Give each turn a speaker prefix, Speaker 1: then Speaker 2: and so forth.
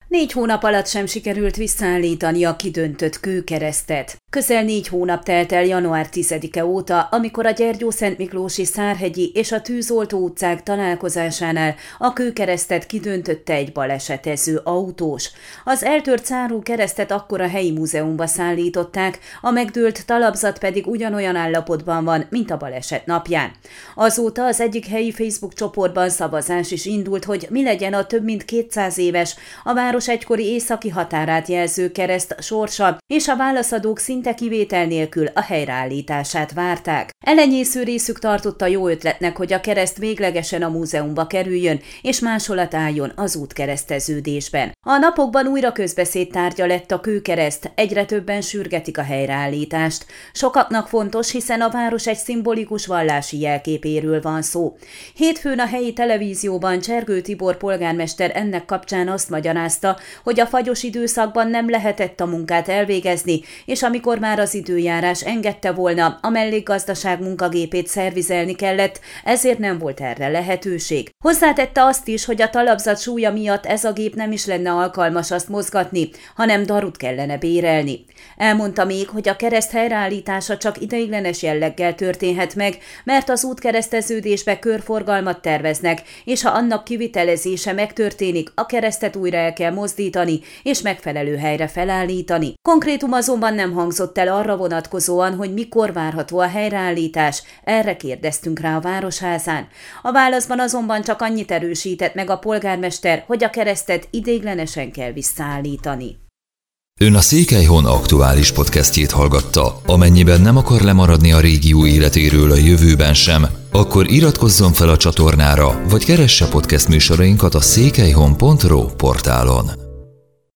Speaker 1: 4 hónap alatt sem sikerült visszaállítani a kidöntött kőkeresztet. Közel 4 hónap telt el január 10-e óta, amikor a Gyergyószentmiklósi, Szárhegyi és a Tűzoltó utcák találkozásánál a kőkeresztet kidöntötte egy balesetező autós. Az eltört szárú keresztet akkor a helyi múzeumba szállították, a megdőlt talapzat pedig ugyanolyan állapotban van, mint a baleset napján. Azóta az egyik helyi Facebook csoportban szavazás is indult, hogy mi legyen a több mint 200 éves, a város egykori északi határát jelző kereszt sorsa, és a válaszadók szinte kivétel nélkül a helyreállítását várták. Elenyésző részük tartotta jó ötletnek, hogy a kereszt véglegesen a múzeumba kerüljön, és másolat álljon az útkereszteződésben. A napokban újra közbeszéd tárgya lett a kőkereszt, egyre többen sürgetik a helyreállítást. Sokaknak fontos, hiszen a város egy szimbolikus vallási jelképéről van szó. Hétfőn a helyi televízióban Csergő Tibor polgármester ennek kapcsán azt magyarázta, hogy a fagyos időszakban nem lehetett a munkát elvégezni, és amikor már az időjárás engedte volna, a mellékgazdaság munkagépét szervizelni kellett, ezért nem volt erre lehetőség. Hozzátette azt is, hogy a talapzat súlya miatt ez a gép nem is lenne alkalmas azt mozgatni, hanem darut kellene bérelni. Elmondta még, hogy a kereszt helyreállítása csak ideiglenes jelleggel történhet meg, mert az útkereszteződésbe körforgalmat terveznek, és ha annak kivitelezése megtörténik, a keresztet újra el kell mozdítani és megfelelő helyre felállítani. Konkrétum azonban nem hangzott el arra vonatkozóan, hogy mikor várható a helyreállítás, erre kérdeztünk rá a Városházán. A válaszban azonban csak annyit erősített meg a polgármester, hogy a keresztet ideiglenesen kell visszaállítani.
Speaker 2: Ön a Székelyhon aktuális podcastjét hallgatta. Amennyiben nem akar lemaradni a régió életéről a jövőben sem, akkor iratkozzon fel a csatornára, vagy keresse podcast műsorainkat a székelyhon.ro portálon.